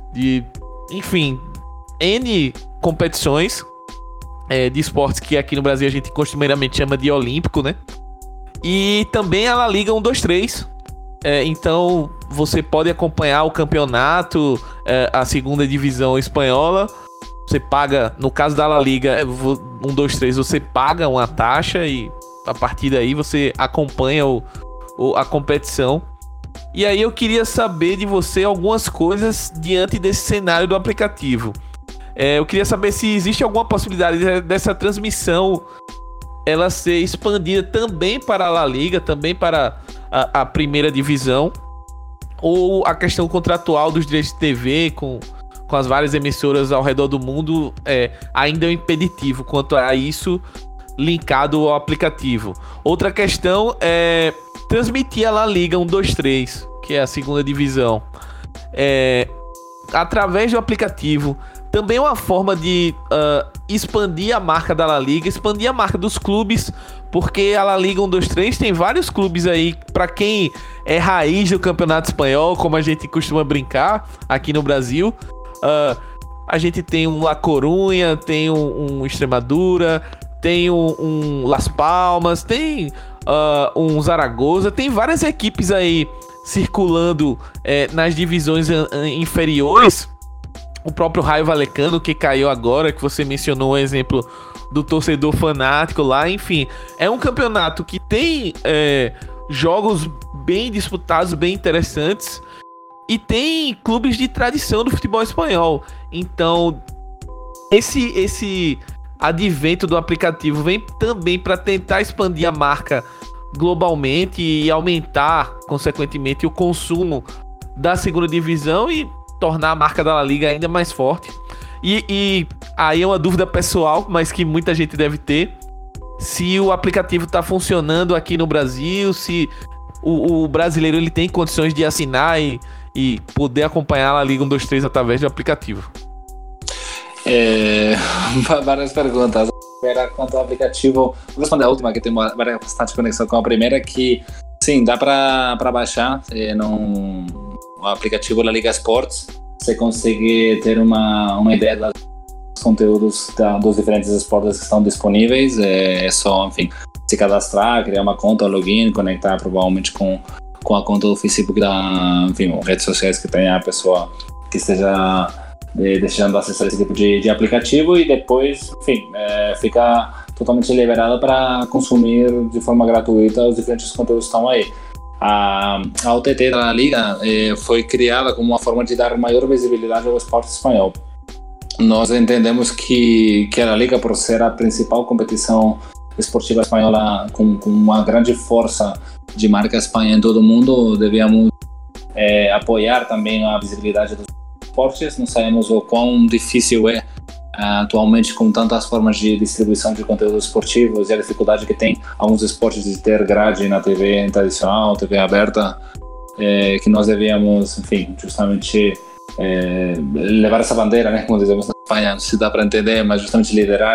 enfim, N competições de esportes que aqui no Brasil a gente costumeiramente chama de olímpico, né? E também a La Liga 1-2-3. Então você pode acompanhar o campeonato, a segunda divisão espanhola. Você paga, no caso da La Liga 1-2-3, você paga uma taxa e a partir daí você acompanha a competição. E aí eu queria saber de você algumas coisas diante desse cenário do aplicativo. Eu queria saber se existe alguma possibilidade dessa transmissão ela ser expandida também para a La Liga, também para a primeira divisão, ou a questão contratual dos direitos de TV com as várias emissoras ao redor do mundo ainda é um impeditivo quanto a isso linkado ao aplicativo. Outra questão é transmitir a La Liga 1-2-3, que é a segunda divisão, através do aplicativo. Também é uma forma de expandir a marca da La Liga, expandir a marca dos clubes, porque a La Liga 1-2-3 tem vários clubes aí, para quem é raiz do Campeonato Espanhol, como a gente costuma brincar aqui no Brasil. A gente tem um La Coruña, tem um Extremadura, tem um Las Palmas, tem um Zaragoza, tem várias equipes aí circulando nas divisões inferiores. O próprio Rayo Vallecano, que caiu agora, que você mencionou o exemplo do torcedor fanático lá. Enfim, é um campeonato que tem jogos bem disputados, bem interessantes, e tem clubes de tradição do futebol espanhol. Então, esse advento do aplicativo vem também para tentar expandir a marca globalmente e aumentar, consequentemente, o consumo da segunda divisão e tornar a marca da La Liga ainda mais forte. E aí é uma dúvida pessoal, mas que muita gente deve ter, se o aplicativo está funcionando aqui no Brasil, se o brasileiro ele tem condições de assinar e poder acompanhar a La Liga 1-2-3 através do aplicativo. Várias perguntas. A primeira, quanto ao aplicativo, vou responder a última, que tem bastante conexão com a primeira, que sim, dá para baixar o aplicativo La Liga Sports. Você consegue ter uma ideia dos conteúdos dos diferentes esportes que estão disponíveis. É só, enfim, se cadastrar, criar uma conta, um login, conectar provavelmente com a conta do Facebook, enfim, redes sociais que tenha a pessoa que esteja deixando acessar esse tipo de aplicativo, e depois, enfim, fica totalmente liberado para consumir de forma gratuita os diferentes conteúdos que estão aí. A OTT da Liga foi criada como uma forma de dar maior visibilidade ao esporte espanhol. Nós entendemos que a Liga, por ser a principal competição esportiva espanhola com uma grande força de marca Espanha em todo o mundo, devíamos apoiar também a visibilidade dos esportes. Não sabemos o quão difícil é atualmente, com tantas formas de distribuição de conteúdos esportivos, e a dificuldade que tem alguns esportes de ter grade na TV tradicional, TV aberta, que nós devíamos, enfim, justamente levar essa bandeira, né, como dizemos na Espanha, não se dá para entender, mas justamente liderar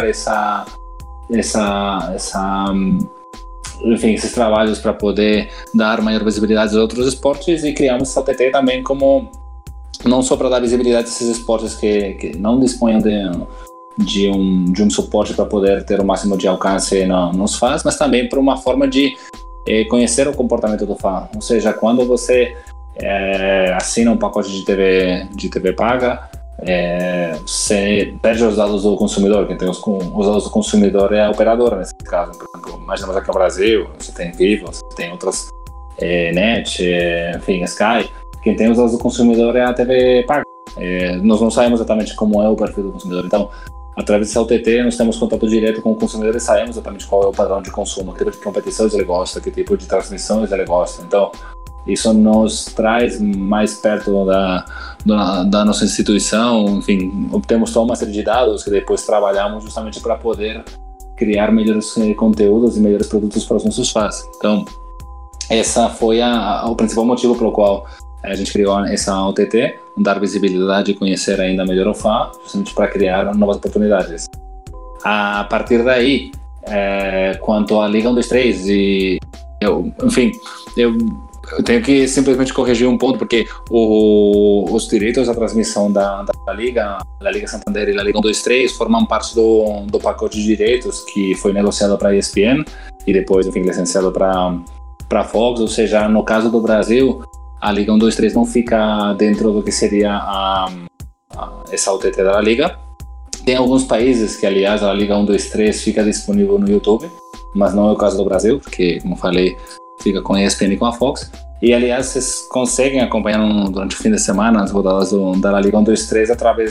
enfim, esses trabalhos para poder dar maior visibilidade aos outros esportes, e criamos essa TT também como não só para dar visibilidade a esses esportes que não dispõem de um suporte para poder ter o máximo de alcance nos fãs, mas também para uma forma de conhecer o comportamento do fã. Ou seja, quando você assina um pacote de TV paga, você perde os dados do consumidor. Quem tem os dados do consumidor é a operadora, nesse caso. Por exemplo, imaginamos aqui no Brasil, você tem Vivo, você tem outras, NET, enfim, Sky. Quem tem os dados do consumidor é a TV paga. Nós não sabemos exatamente como é o perfil do consumidor. Então, através dessa OTT, nós temos contato direto com o consumidor e sabemos exatamente qual é o padrão de consumo, que tipo de competições ele gosta, que tipo de transmissões ele gosta. Então, isso nos traz mais perto da nossa instituição. Enfim, obtemos toda uma série de dados que depois trabalhamos justamente para poder criar melhores conteúdos e melhores produtos para os nossos fãs. Então, essa foi o principal motivo pelo qual a gente criou essa OTT, dar visibilidade e conhecer ainda melhor o fã, justamente para criar novas oportunidades. A partir daí, quanto à Liga 1, 2, 3, eu tenho que simplesmente corrigir um ponto, porque os direitos da transmissão da Liga Santander e da Liga 1, 2, 3 formam parte do pacote de direitos que foi negociado para a ESPN e depois, enfim, licenciado para a Fox. Ou seja, no caso do Brasil, a Liga 1, 2, 3 não fica dentro do que seria essa OTT da Liga. Tem alguns países que, aliás, a Liga 1, 2, 3 fica disponível no YouTube, mas não é o caso do Brasil, porque, como falei, fica com a ESPN e com a Fox. E, aliás, vocês conseguem acompanhar durante o fim de semana as rodadas da Liga 1, 2, 3 através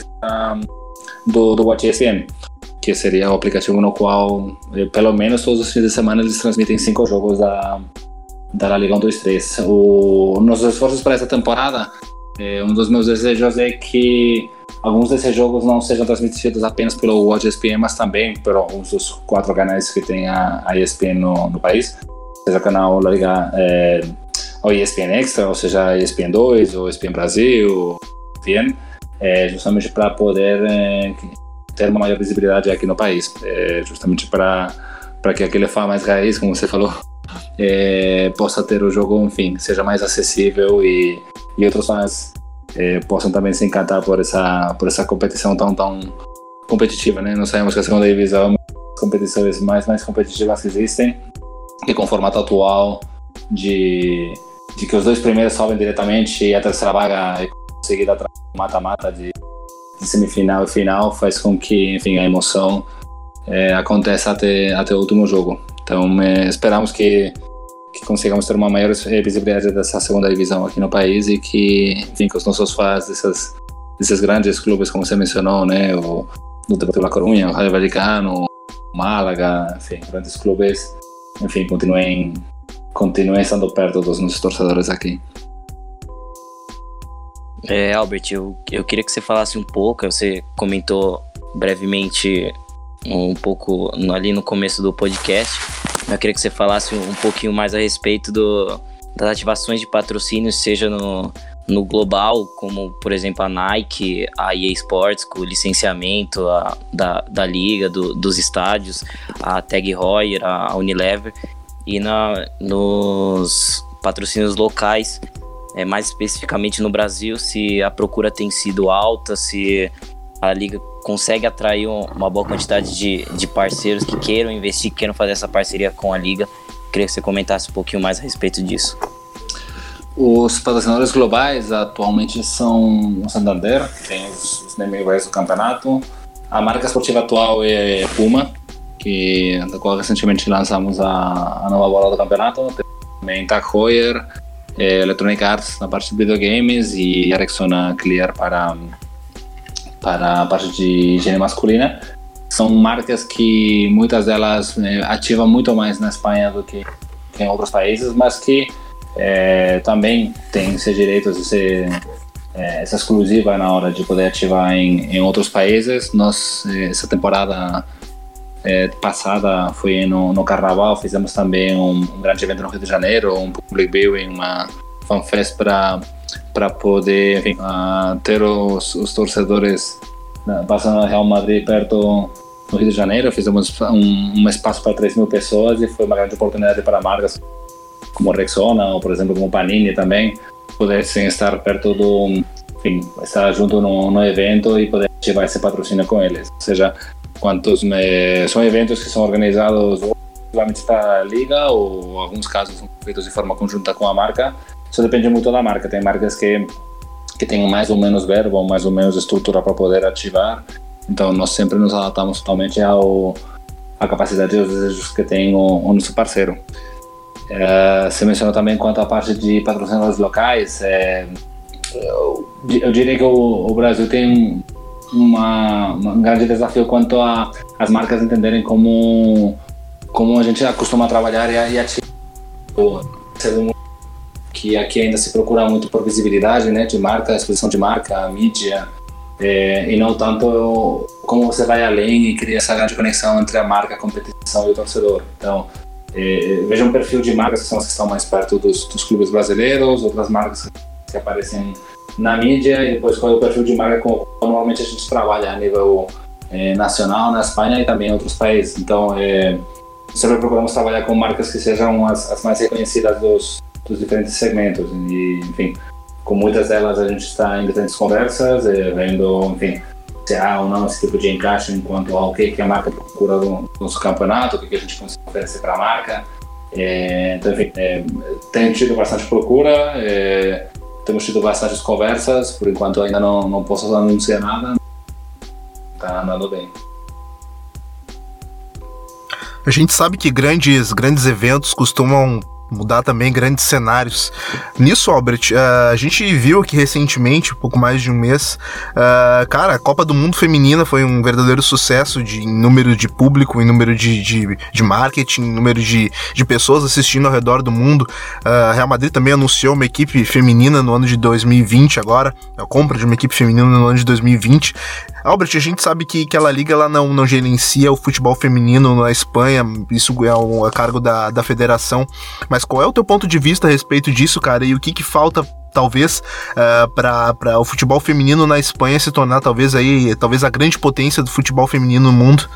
do Watch ESPN, que seria o aplicativo no qual, pelo menos todos os fins de semana, eles transmitem 5 jogos da Liga 1, 2, 3. Nossos esforços para essa temporada, um dos meus desejos é que alguns desses jogos não sejam transmitidos apenas pelo Watch ESPN, mas também por alguns dos 4 canais que tem a ESPN no país, seja o canal da Liga, o ESPN Extra, ou seja, a ESPN 2, ou ESPN Brasil, ESPN, justamente para poder ter uma maior visibilidade aqui no país, justamente para que aquele fã mais raiz, como você falou, possa ter o jogo, enfim, seja mais acessível e outros fãs possam também se encantar por essa competição tão competitiva, né? Nós sabemos que a segunda divisão é uma das competições mais competitivas que existem, e com o formato atual de que os 2 primeiros sobem diretamente e a terceira vaga é conseguida atrás do mata-mata de semifinal e final, faz com que, enfim, a emoção aconteça até o último jogo. Então, esperamos que consigamos ter uma maior visibilidade dessa segunda divisão aqui no país e que, enfim, que os nossos fãs desses grandes clubes, como você mencionou, né, o Deportivo La Coruña, o Rayo Vallecano, o Málaga, enfim, grandes clubes, enfim, continuem estando perto dos nossos torcedores aqui. Albert, eu queria que você falasse um pouco, você comentou brevemente um pouco ali no começo do podcast. Eu queria que você falasse um pouquinho mais a respeito das ativações de patrocínio, seja no global, como, por exemplo, a Nike, a EA Sports, com o licenciamento da liga, dos estádios, a Tag Heuer, a Unilever, e nos patrocínios locais, mais especificamente no Brasil, se a procura tem sido alta, se a liga consegue atrair uma boa quantidade de parceiros que queiram investir, que queiram fazer essa parceria com a liga. Queria que você comentasse um pouquinho mais a respeito disso. Os patrocinadores globais atualmente são o Santander, que tem os inimigos do campeonato. A marca esportiva atual é Puma, da qual recentemente lançamos a nova bola do campeonato. Também Tag Heuer, Electronic Arts na parte de videogames e a Rexona Clear para a parte de higiene masculina. São marcas que muitas delas ativam muito mais na Espanha do que em outros países, mas que também tem esses direitos de ser essa exclusiva na hora de poder ativar em outros países. Nós, essa temporada passada, foi no Carnaval, fizemos também um grande evento no Rio de Janeiro, um public viewing, uma fanfest para poder, enfim, ter os torcedores passando a Real Madrid perto no Rio de Janeiro. Fizemos um espaço para 3.000 pessoas e foi uma grande oportunidade para marcas como Rexona ou, por exemplo, como Panini também pudessem estar perto enfim, estar junto no evento e poder ativar esse patrocínio com eles. Ou seja, são eventos que são organizados exclusivamente para a liga, ou em alguns casos são feitos de forma conjunta com a marca. Isso depende muito da marca. Tem marcas que têm mais ou menos verba ou mais ou menos estrutura para poder ativar. Então nós sempre nos adaptamos totalmente à capacidade e aos desejos que tem o nosso parceiro. Você mencionou também quanto à parte de patrocinadores locais. Eu diria que o Brasil tem um grande desafio quanto às marcas entenderem como a gente acostuma trabalhar e ativar. que aqui ainda se procura muito por visibilidade, né, de marca, exposição de marca, mídia, e não tanto como você vai além e cria essa grande conexão entre a marca, a competição e o torcedor. Então, veja um perfil de marcas que são as que estão mais perto dos clubes brasileiros, outras marcas que aparecem na mídia, e depois qual é o perfil de marca com normalmente a gente trabalha a nível nacional na Espanha e também em outros países. Então, sempre procuramos trabalhar com marcas que sejam as mais reconhecidas dos diferentes segmentos, e enfim, com muitas delas a gente está em diferentes conversas, vendo, enfim, se há ou não esse tipo de encaixe enquanto ao que a marca procura no nosso campeonato, o que a gente consegue oferecer para a marca. Então, enfim, tem tido bastante procura, temos tido bastantes conversas, por enquanto ainda não posso anunciar nada, está andando bem. A gente sabe que grandes eventos costumam mudar também grandes cenários. Nisso, Albert, a gente viu aqui recentemente, pouco mais de um mês, cara, a Copa do Mundo Feminina foi um verdadeiro sucesso em número de público, em número de marketing, em número de pessoas assistindo ao redor do mundo. A Real Madrid também anunciou uma equipe feminina no ano de 2020 agora, a compra de uma equipe feminina no ano de 2020. Albert, a gente sabe que a La Liga ela não gerencia o futebol feminino na Espanha, isso é a cargo da federação, mas qual é o teu ponto de vista a respeito disso, cara, e o que falta talvez para o futebol feminino na Espanha se tornar talvez a grande potência do futebol feminino no mundo?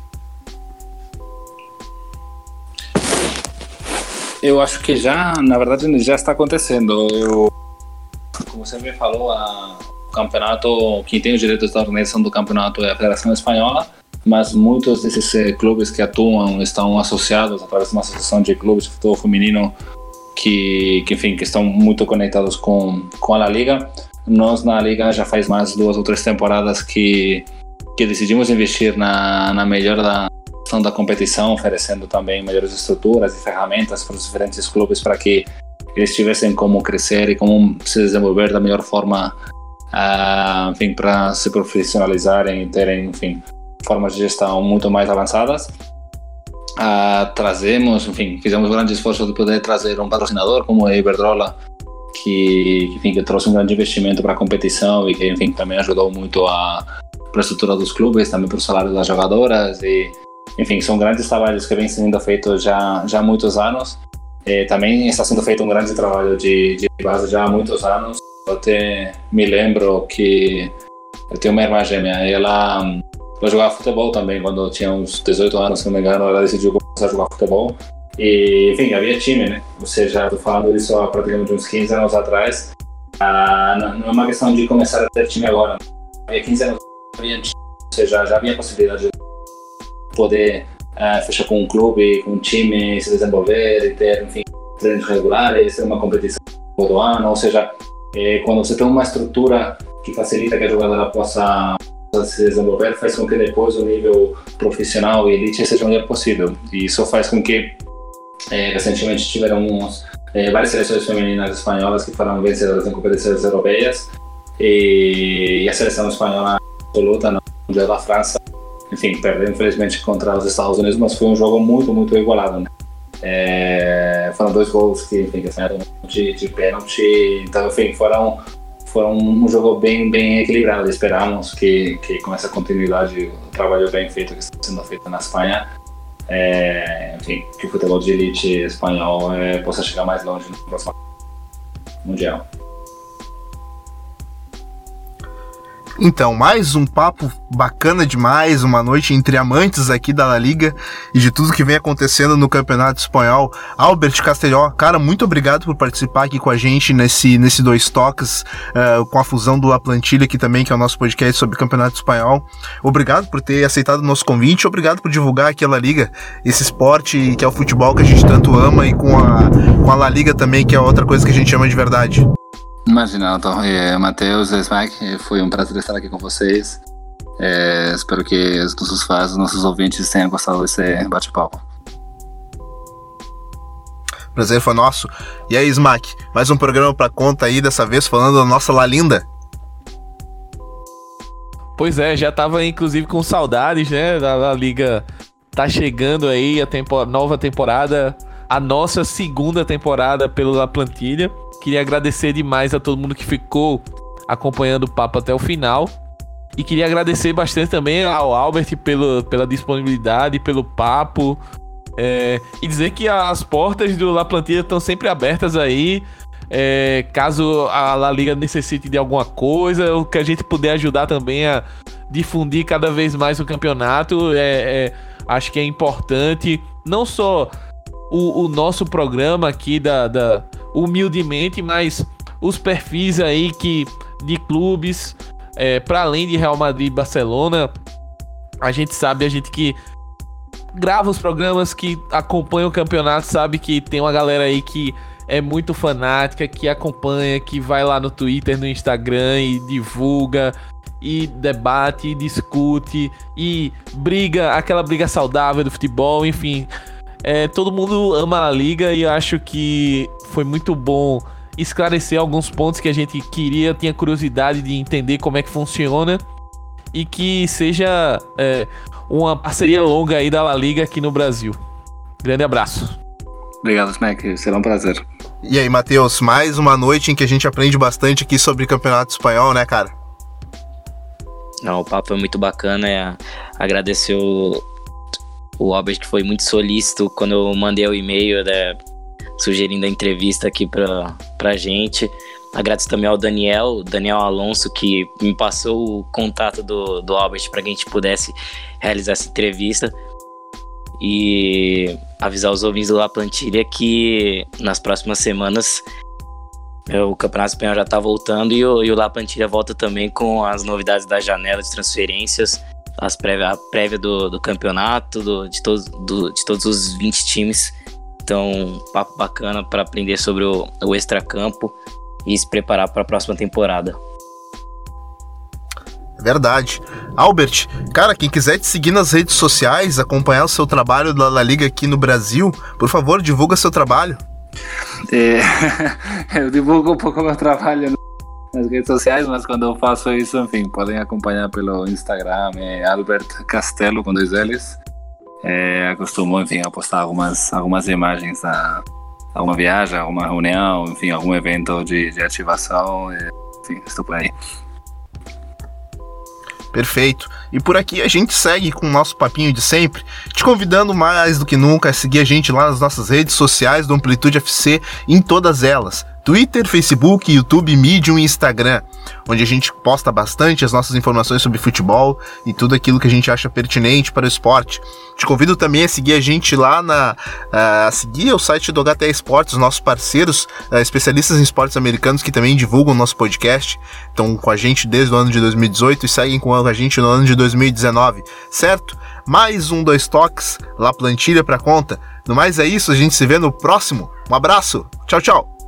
Eu acho que na verdade já está acontecendo. Como você me falou, o campeonato, quem tem os direitos da organização do campeonato é a Federação Espanhola, mas muitos desses clubes que atuam estão associados através de uma associação de clubes de futebol feminino que estão muito conectados com a La Liga. Nós na Liga já faz mais 2 ou 3 temporadas que decidimos investir na melhora da competição, oferecendo também melhores estruturas e ferramentas para os diferentes clubes para que eles tivessem como crescer e como se desenvolver da melhor forma, enfim, para se profissionalizarem e terem, enfim, formas de gestão muito mais avançadas. Fizemos um grande esforço de poder trazer um patrocinador como a Iberdrola, que trouxe um grande investimento para a competição e que, enfim, também ajudou muito para a estrutura dos clubes, também para o salário das jogadoras, e, enfim, são grandes trabalhos que vêm sendo feitos já há muitos anos. Também está sendo feito um grande trabalho de base já há muitos anos. Eu até me lembro que eu tenho uma irmã gêmea e ela jogava futebol também quando eu tinha uns 18 anos, se não me engano. Ela decidiu começar a jogar futebol e, enfim, havia time, né? Ou seja, estou falando disso há praticamente uns 15 anos atrás. Não é uma questão de começar a ter time agora. Havia 15 anos, havia time, ou seja, já havia possibilidade de poder fechar com um clube, com um time, se desenvolver e ter, enfim, treinos regulares, ter uma competição todo ano. Ou seja, quando você tem uma estrutura que facilita que a jogadora possa se desenvolver, faz com que depois o nível profissional e elite seja o melhor possível. E isso faz com que recentemente tiveram várias seleções femininas espanholas que foram vencedoras em competições europeias, e a seleção espanhola absoluta no Mundial da França, enfim, perdeu infelizmente contra os Estados Unidos, mas foi um jogo muito, muito igualado, né? Foram 2 gols que saíram de pênalti, então, enfim, foram um jogo bem, bem equilibrado. Esperamos que com essa continuidade, o trabalho bem feito que está sendo feito na Espanha, enfim, que o futebol de elite espanhol possa chegar mais longe no próximo Mundial. Então, mais um papo bacana demais, uma noite entre amantes aqui da La Liga e de tudo que vem acontecendo no Campeonato Espanhol. Albert Castelló, cara, muito obrigado por participar aqui com a gente nesse 2 Toques, com a fusão do La Plantilha aqui também, que é o nosso podcast sobre o Campeonato Espanhol. Obrigado por ter aceitado o nosso convite, obrigado por divulgar aqui a La Liga, esse esporte que é o futebol que a gente tanto ama, e com a La Liga também, que é outra coisa que a gente ama de verdade. Imagina, então, Matheus, Smack, foi um prazer estar aqui com vocês. Espero que os nossos fãs, os nossos ouvintes tenham gostado desse bate-papo. Prazer foi nosso. E aí, Smack, mais um programa pra conta aí, dessa vez falando da nossa La Linda. Pois é, já tava inclusive com saudades, né? A Liga tá chegando aí, nova temporada, a nossa segunda temporada pela La Plantilha. Queria agradecer demais a todo mundo que ficou acompanhando o papo até o final. E queria agradecer bastante também ao Albert pela disponibilidade, pelo papo. E dizer que as portas do La Plantilha estão sempre abertas aí. Caso a La Liga necessite de alguma coisa, o que a gente puder ajudar também a difundir cada vez mais o campeonato, acho que é importante. Não só o nosso programa aqui humildemente, mas os perfis aí de clubes, para além de Real Madrid e Barcelona. A gente que grava os programas, que acompanha o campeonato, sabe que tem uma galera aí que é muito fanática, que acompanha, que vai lá no Twitter, no Instagram e divulga, e debate, e discute, e briga, aquela briga saudável do futebol, enfim. Todo mundo ama a Liga e eu acho que foi muito bom esclarecer alguns pontos que a gente tinha curiosidade de entender como é que funciona, e que seja uma parceria longa aí da La Liga aqui no Brasil. Grande abraço. Obrigado, Smack. Será um prazer. E aí, Matheus, mais uma noite em que a gente aprende bastante aqui sobre campeonato espanhol, né, cara? Não, o papo foi muito bacana. Agradecer o Albert, que foi muito solícito quando eu mandei o e-mail, né, sugerindo a entrevista aqui pra gente. Agradeço também ao Daniel Alonso, que me passou o contato do Albert para que a gente pudesse realizar essa entrevista. E avisar os ouvintes do La Plantilha que nas próximas semanas o Campeonato Espanhol já está voltando, e o La Plantilha volta também com as novidades da janela de transferências, a prévia do campeonato, de todos os 20 times. Então, papo bacana para aprender sobre o extracampo e se preparar para a próxima temporada. Verdade. Albert, cara, quem quiser te seguir nas redes sociais, acompanhar o seu trabalho da La Liga aqui no Brasil, por favor, divulga seu trabalho. Eu divulgo um pouco meu trabalho nas redes sociais, mas quando eu faço isso, enfim, podem acompanhar pelo Instagram, Albert Castelo, com 2 L's. Acostumo, enfim, a postar algumas imagens da alguma viagem, alguma reunião, enfim, algum evento de ativação, enfim, estou por aí. Perfeito. E por aqui a gente segue com o nosso papinho de sempre, te convidando mais do que nunca a seguir a gente lá nas nossas redes sociais do Amplitude FC, em todas elas: Twitter, Facebook, YouTube, Medium e Instagram, onde a gente posta bastante as nossas informações sobre futebol e tudo aquilo que a gente acha pertinente para o esporte. Te convido também a seguir a gente lá a seguir o site do HTA Esportes, nossos parceiros, especialistas em esportes americanos, que também divulgam o nosso podcast. Estão com a gente desde o ano de 2018 e seguem com a gente no ano de 2019, certo? Mais um 2 Toques, La Plantilha pra conta. No mais é isso, a gente se vê no próximo. Um abraço, tchau, tchau!